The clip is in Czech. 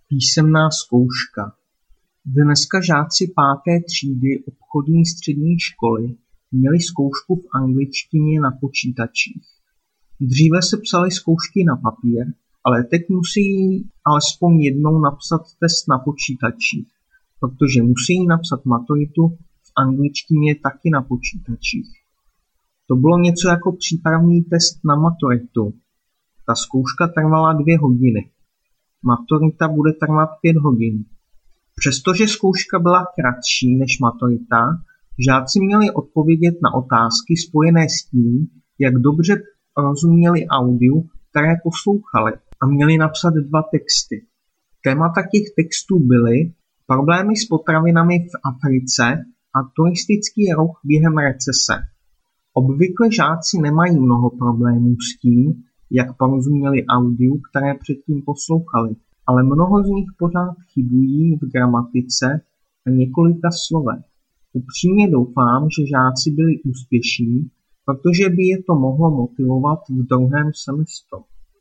Písemná zkouška. Dneska žáci 5. třídy obchodní střední školy měli zkoušku v angličtině na počítačích. Dříve se psaly zkoušky na papír, ale teď musí alespoň jednou napsat test na počítačích, protože musí napsat maturitu v angličtině taky na počítačích. To bylo něco jako přípravný test na maturitu. Ta zkouška trvala 2 hodiny. Maturita bude trvat 5 hodin. Přestože zkouška byla kratší než maturita, žáci měli odpovědět na otázky spojené s tím, jak dobře rozuměli audiu, které poslouchali, a měli napsat 2 texty. Témata těch textů byly problémy s potravinami v Africe a turistický ruch během recese. Obvykle žáci nemají mnoho problémů s tím, jak porozuměli audiu, které předtím poslouchali, ale mnoho z nich pořád chybují v gramatice a několika slovech. Upřímně doufám, že žáci byli úspěšní, protože by je to mohlo motivovat v 2. semestru.